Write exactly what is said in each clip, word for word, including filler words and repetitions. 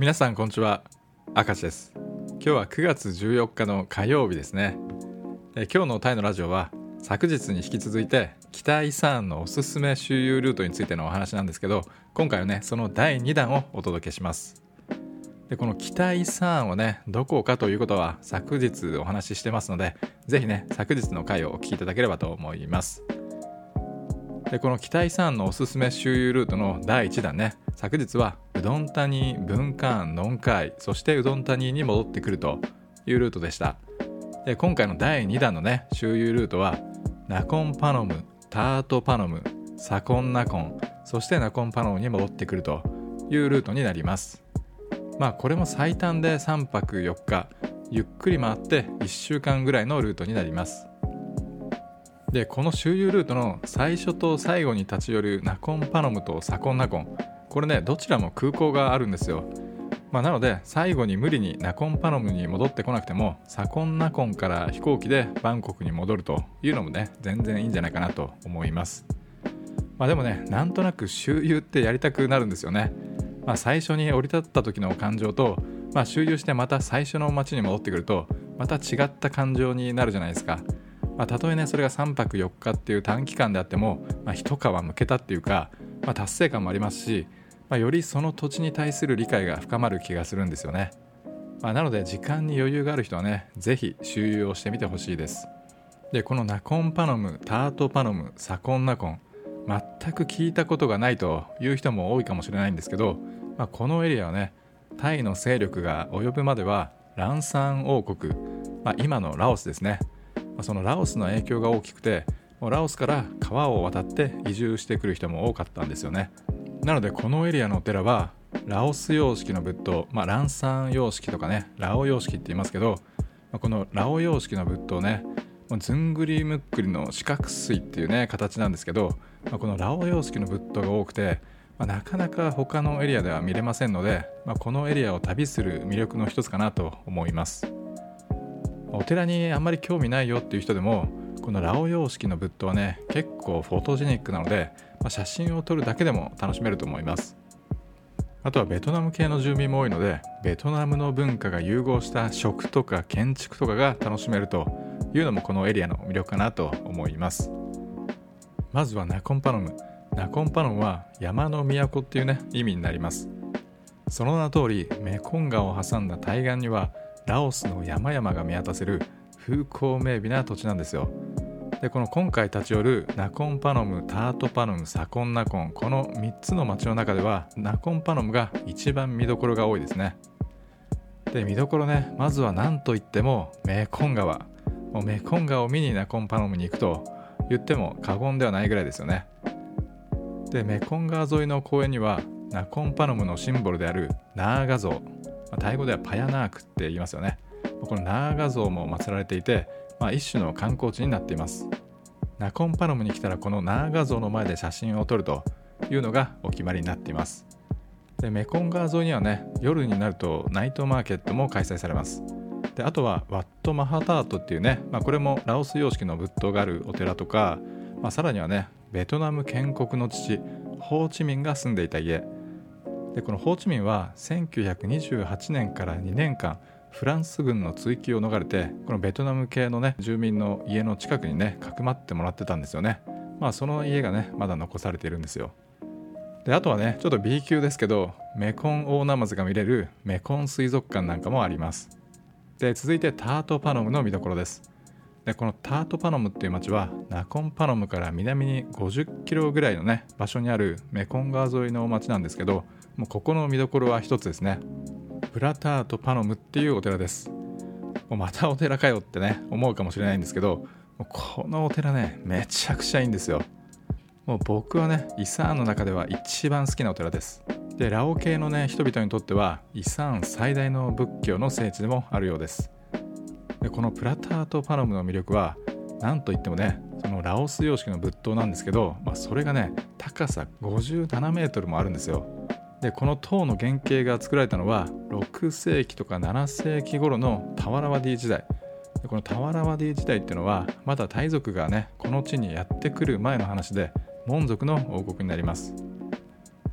皆さんこんにちは、明石です。今日はくがつじゅうよっかの火曜日ですね。え今日のタイのラジオは昨日に引き続いて北イサーンのおすすめ周遊ルートについてのお話なんですけど、今回はねそのだいにだんをお届けします。でこの北イサーンはねどこかということは昨日お話ししてますので、ぜひね昨日の回をお聞きいただければと思います。でこの北イサーンのおすすめ周遊ルートのだいいちだんね、昨日はウドンタニー、ブンカーン、ノンカーイ、そしてウドンタニーに戻ってくるというルートでした。で今回のだいにだんのね周遊ルートはナコンパノム、タートパノム、サコンナコン、そしてナコンパノムに戻ってくるというルートになります。まあこれも最短でさんぱくよっか、ゆっくり回っていっしゅうかんぐらいのルートになります。でこの周遊ルートの最初と最後に立ち寄るナコンパノムとサコンナコン、これねどちらも空港があるんですよ。まあ、なので最後に無理にナコンパノムに戻ってこなくても、サコンナコンから飛行機でバンコクに戻るというのもね全然いいんじゃないかなと思います。まあ、でもねなんとなく周遊ってやりたくなるんですよね。まあ、最初に降り立った時の感情と、まあ、周遊してまた最初の街に戻ってくるとまた違った感情になるじゃないですか。まあ、たとえねそれがさんぱくよっかっていう短期間であっても、まあ、一皮むけたっていうか、まあ、達成感もありますし、まあ、よりその土地に対する理解が深まる気がするんですよね。まあ、なので時間に余裕がある人はねぜひ周遊をしてみてほしいです。でこのナコンパノム、タートパノム、サコンナコン、全く聞いたことがないという人も多いかもしれないんですけど、まあ、このエリアはねタイの勢力が及ぶまではランサン王国、まあ、今のラオスですね、そのラオスの影響が大きくて、ラオスから川を渡って移住してくる人も多かったんですよね。なのでこのエリアのお寺はラオス様式の仏塔、まあ、ランサン様式とかねラオ様式って言いますけど、このラオ様式の仏塔ねずんぐりむっくりの四角錐っていうね形なんですけど、このラオ様式の仏塔が多くて、なかなか他のエリアでは見れませんので、このエリアを旅する魅力の一つかなと思います。お寺にあんまり興味ないよっていう人でもこのラオ様式の仏塔はね結構フォトジェニックなので、まあ、写真を撮るだけでも楽しめると思います。あとはベトナム系の住民も多いので、ベトナムの文化が融合した食とか建築とかが楽しめるというのもこのエリアの魅力かなと思います。まずはナコンパノム。ナコンパノムは山の都っていうね意味になります。その名通りメコン川を挟んだ対岸にはラオスの山々が見渡せる風光明媚な土地なんですよ。でこの今回立ち寄るナコンパノム、タートパノム、サコンナコン、このみっつの町の中ではナコンパノムが一番見どころが多いですね。で見どころね、まずは何といってもメコン川。もうメコン川を見にナコンパノムに行くと言っても過言ではないぐらいですよね。でメコン川沿いの公園にはナコンパノムのシンボルであるナーガ像、タイ語ではパヤナークって言いますよね。このナーガ像も祀られていて、まあ、一種の観光地になっています。ナコンパノムに来たらこのナーガ像の前で写真を撮るというのがお決まりになっています。でメコン川沿いにはね夜になるとナイトマーケットも開催されます。であとはワットマハタートっていうね、まあ、これもラオス様式の仏塔があるお寺とか、まあ、さらにはねベトナム建国の父ホーチミンが住んでいた家で、このホーチミンはせんきゅうひゃくにじゅうはちねんからにねんかんフランス軍の追撃を逃れて、このベトナム系のね住民の家の近くにねかくまってもらってたんですよね。まあその家がねまだ残されているんですよ。であとはねちょっと B 級ですけどメコンオオナマズが見れるメコン水族館なんかもあります。で続いてタートパノムの見どころです。でこのタートパノムっていう町はナコンパノムから南にごじゅっキロぐらいのね場所にあるメコン川沿いの町なんですけど、もうここの見どころは一つですね。プラタートパノムっていうお寺です。もうまたお寺かよってね思うかもしれないんですけど、もうこのお寺ねめちゃくちゃいいんですよ。もう僕はねイサーンの中では一番好きなお寺です。でラオ系のね人々にとってはイサーン最大の仏教の聖地でもあるようです。でこのプラタートパノムの魅力は何といってもねそのラオス様式の仏塔なんですけど、まあ、それがね高さごじゅうななメートルもあるんですよ。でこの塔の原型が作られたのはろくせいきとかななせいき頃のタワラワディ時代。でこのタワラワディ時代っていうのはまだタイ族がねこの地にやってくる前の話で、モン族の王国になります。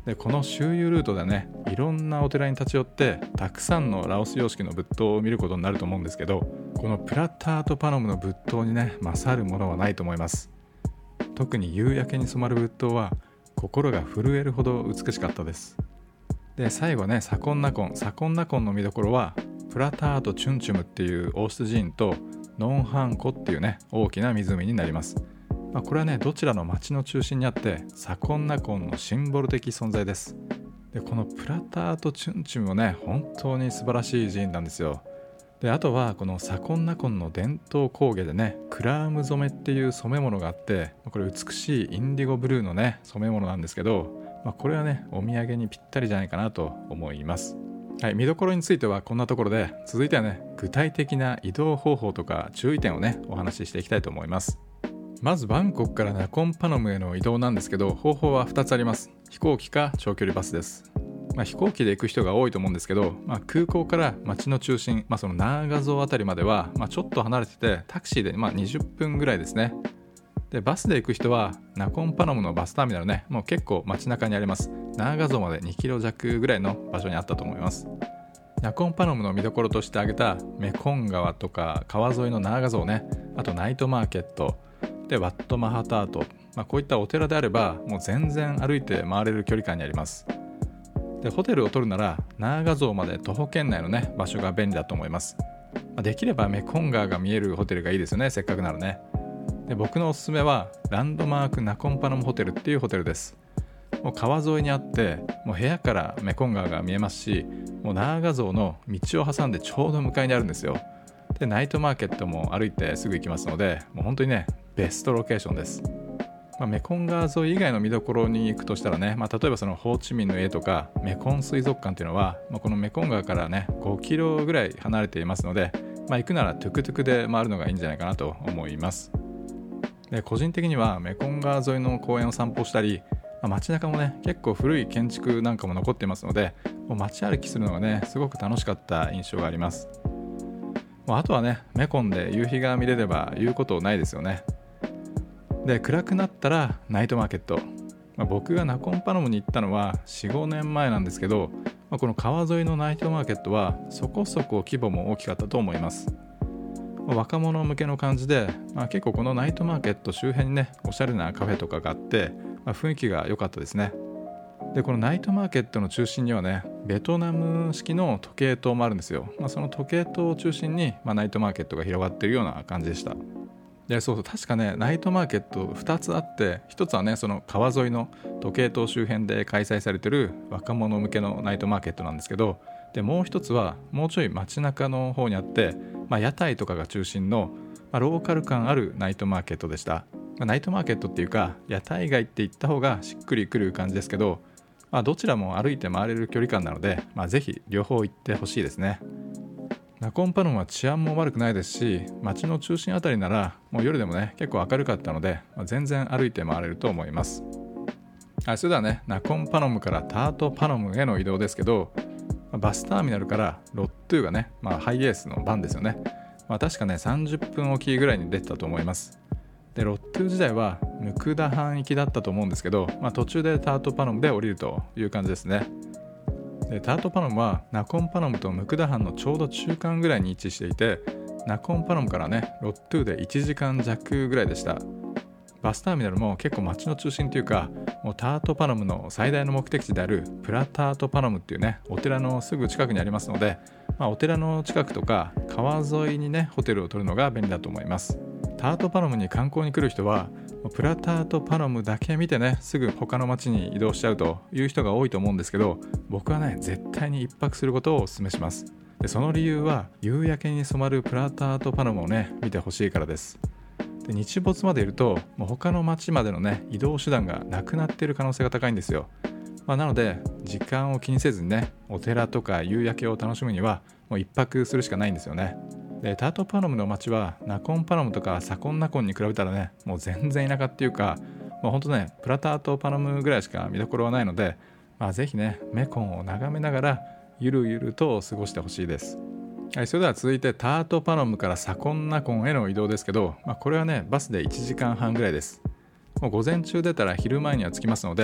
でこの周遊ルートでね、いろんなお寺に立ち寄ってたくさんのラオス様式の仏塔を見ることになると思うんですけど、このプラッタートパノムの仏塔にね勝るものはないと思います。特に夕焼けに染まる仏塔は心が震えるほど美しかったです。で最後ね、サコンナコンサコンナコンの見どころはプラタートチュンチュムっていう王室寺院とノンハンコっていうね大きな湖になります。まあ、これはねどちらの町の中心にあってサコンナコンのシンボル的存在です。でこのプラタートチュンチュムもね本当に素晴らしい寺院なんですよ。であとはこのサコンナコンの伝統工芸でねクラーム染めっていう染め物があって、これ美しいインディゴブルーのね染め物なんですけど、まあ、これはねお土産にぴったりじゃないかなと思います。はい、見どころについてはこんなところで、続いてはね具体的な移動方法とか注意点をねお話ししていきたいと思います。まずバンコクからナコンパノムへの移動なんですけど、方法はふたつあります。飛行機か長距離バスです。まあ、飛行機で行く人が多いと思うんですけど、まあ、空港から街の中心、まあ、そのナーガゾーあたりまでは、まあ、ちょっと離れててタクシーでまあにじゅっぷんぐらいですね。でバスで行く人はナコンパノムのバスターミナルね、もう結構街中にあります。ナーガゾーまでにキロ弱ぐらいの場所にあったと思います。ナコンパノムの見どころとして挙げたメコン川とか川沿いのナーガゾーね、あとナイトマーケットでワットマハタート、まあ、こういったお寺であればもう全然歩いて回れる距離感にあります。でホテルを取るならナーガゾーまで徒歩圏内のね場所が便利だと思います。まあ、できればメコン川が見えるホテルがいいですよね、せっかくならね。で僕のおすすめはランドマークナコンパノムホテルっていうホテルです。もう川沿いにあってもう部屋からメコン川が見えますし、もうナーガゾーの道を挟んでちょうど向かいにあるんですよ。でナイトマーケットも歩いてすぐ行きますので、もう本当にねベストロケーションです。まあ、メコン川沿い以外の見どころに行くとしたらね、まあ、例えばそのホーチミンの家とかメコン水族館っていうのは、まあ、このメコン川からねごキロぐらい離れていますので、まあ、行くならトゥクトゥクで回るのがいいんじゃないかなと思います。で個人的にはメコン川沿いの公園を散歩したり、まあ、街中もね結構古い建築なんかも残っていますので、もう街歩きするのがねすごく楽しかった印象があります。もうあとはねメコンで夕日が見れれば言うことないですよね。で暗くなったらナイトマーケット、まあ、僕がナコンパノムに行ったのは よんごねんまえなんですけど、まあ、この川沿いのナイトマーケットはそこそこ規模も大きかったと思います。まあ、若者向けの感じで、まあ、結構このナイトマーケット周辺にねおしゃれなカフェとかがあって、まあ、雰囲気が良かったですね。でこのナイトマーケットの中心にはねベトナム式の時計塔もあるんですよ。まあ、その時計塔を中心に、まあ、ナイトマーケットが広がっているような感じでした。でそうそう確かねナイトマーケットふたつあって、ひとつはねその川沿いの時計塔周辺で開催されている若者向けのナイトマーケットなんですけど、でもう一つはもうちょい街中の方にあって、まあ、屋台とかが中心の、まあ、ローカル感あるナイトマーケットでした。まあ、ナイトマーケットっていうか屋台街って言った方がしっくりくる感じですけど、まあ、どちらも歩いて回れる距離感なので、まあ、ぜひ両方行ってほしいですね。ナコンパノムは治安も悪くないですし、街の中心あたりならもう夜でもね結構明るかったので、まあ、全然歩いて回れると思います。はい、それではねナコンパノムからタートパノムへの移動ですけど、バスターミナルからロットゥがね、まあ、ハイエースのバンですよね。まあ、確かねさんじゅっぷんおきぐらいに出てたと思います。でロットゥ時代はムクダハン行きだったと思うんですけど、まあ、途中でタートパノムで降りるという感じですね。でタートパノムはナコンパノムとムクダハンのちょうど中間ぐらいに位置していて、ナコンパノムからねロットゥでいちじかん弱ぐらいでした。バスターミナルも結構街の中心というか、もうタートパノムの最大の目的地であるプラタートパノムっていうねお寺のすぐ近くにありますので、まあ、お寺の近くとか川沿いにねホテルを取るのが便利だと思います。タートパノムに観光に来る人はプラタートパノムだけ見てねすぐ他の街に移動しちゃうという人が多いと思うんですけど、僕はね絶対に一泊することをお勧めします。でその理由は夕焼けに染まるプラタートパノムをね見てほしいからです。で日没までいるともう他の街までのね移動手段がなくなっている可能性が高いんですよ。まあ、なので時間を気にせずにねお寺とか夕焼けを楽しむにはもう一泊するしかないんですよね。でタートパノムの街はナコンパノムとかサコンナコンに比べたらねもう全然田舎っていうか、もうほんとねプラタートパノムぐらいしか見どころはないので、まあ、ぜひねメコンを眺めながらゆるゆると過ごしてほしいです。はい、それでは続いてタートパノムからサコンナコンへの移動ですけど、まあ、これはねバスでいちじかんはんぐらいです。もう午前中出たら昼前には着きますので、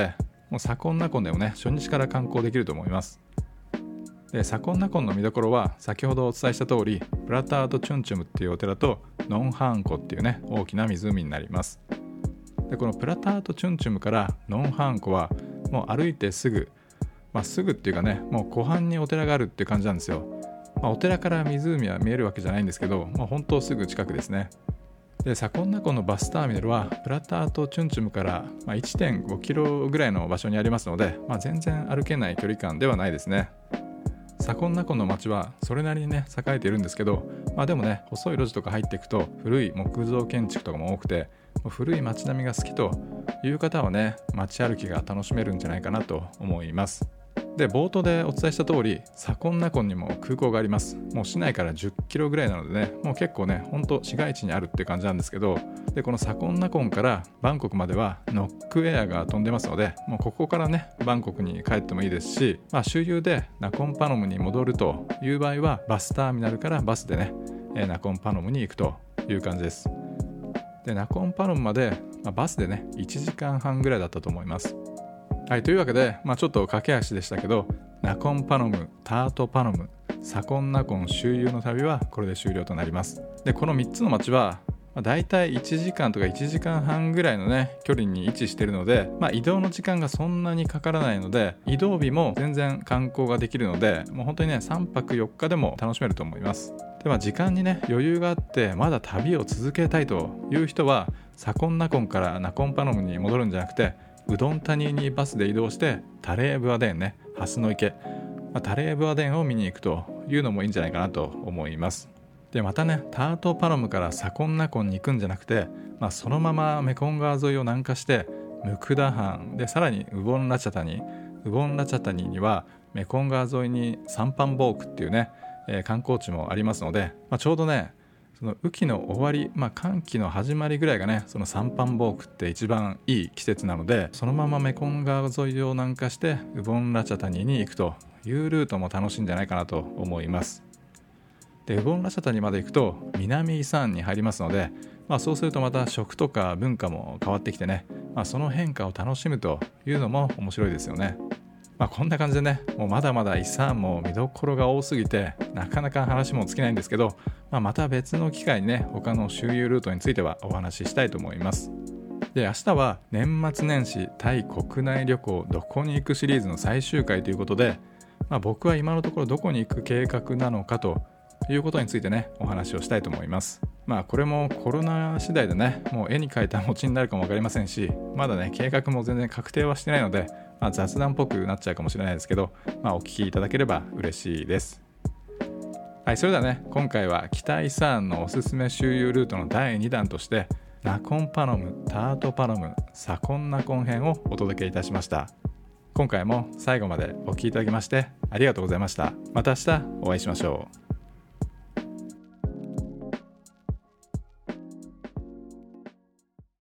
もうサコンナコンでもね初日から観光できると思います。でサコンナコンの見どころは先ほどお伝えした通り、プラタート・チュンチュムっていうお寺とノンハーン湖っていうね大きな湖になります。でこのプラタート・チュンチュムからノンハーン湖はもう歩いてすぐ、まあ、すぐっていうかね、もう湖畔にお寺があるっていう感じなんですよ。まあ、お寺から湖は見えるわけじゃないんですけど、まあ、本当すぐ近くですね。でサコンナ湖のバスターミナルはプラタート・チュンチュムからまあ いってんごキロぐらいの場所にありますので、まあ、全然歩けない距離感ではないですね。サコンナ湖の街はそれなりにね栄えているんですけど、まあ、でもね細い路地とか入っていくと古い木造建築とかも多くて、古い街並みが好きという方はね街歩きが楽しめるんじゃないかなと思います。で冒頭でお伝えした通り、サコンナコンにも空港があります。もう市内からじゅっキロぐらいなのでね、もう結構ねほんと市街地にあるっていう感じなんですけど、でこのサコンナコンからバンコクまではノックエアが飛んでますので、もうここからねバンコクに帰ってもいいですし、まあ、周遊でナコンパノムに戻るという場合はバスターミナルからバスでねナコンパノムに行くという感じです。でナコンパノムまで、まあ、バスでねいちじかんはんぐらいだったと思います。はい、というわけで、まあ、ちょっと駆け足でしたけど、ナコンパノム、タートパノム、サコンナコン周遊の旅はこれで終了となります。でこのみっつの街は、まあ、だいたいいちじかんとかいちじかんはんぐらいのね距離に位置しているので、まあ、移動の時間がそんなにかからないので、移動日も全然観光ができるので、もう本当にねさんぱくよっかでも楽しめると思います。で、まあ、時間にね余裕があってまだ旅を続けたいという人は、サコンナコンからナコンパノムに戻るんじゃなくて、ウドンタニにバスで移動してタレーブアデンね、ハスの池、まあ、タレーブアデンを見に行くというのもいいんじゃないかなと思います。でまたねタートパノムからサコンナコンに行くんじゃなくて、まあ、そのままメコン川沿いを南下してムクダハンで、さらにウボンラチャタニウボンラチャタニにはメコン川沿いにサンパンボークっていうね、えー、観光地もありますので、まあ、ちょうどねその雨季の終わり、まあ、寒季の始まりぐらいがねそのサンパンボークって一番いい季節なので、そのままメコン川沿いを南下してウボンラチャタニに行くというルートも楽しいんじゃないかなと思います。でウボンラチャタニまで行くと南イサンに入りますので、まあ、そうするとまた食とか文化も変わってきてね、まあ、その変化を楽しむというのも面白いですよね。まあ、こんな感じでねもうまだまだイサンも見どころが多すぎてなかなか話も尽きないんですけど、まあ、また別の機会にね他の周遊ルートについてはお話ししたいと思います。で明日は年末年始タイ国内旅行どこに行くシリーズの最終回ということで、まあ、僕は今のところどこに行く計画なのかということについてねお話をしたいと思います。まあこれもコロナ次第でねもう絵に描いた餅になるかも分かりませんし、まだね計画も全然確定はしてないので、まあ、雑談っぽくなっちゃうかもしれないですけど、まあ、お聞きいただければ嬉しいです。はい、それではね今回は北イサーンのおすすめ周遊ルートのだいにだんとしてナコンパノム、タートパノム、サコンナコン編をお届けいたしました。今回も最後までお聞きいただきましてありがとうございました。また明日お会いしましょう。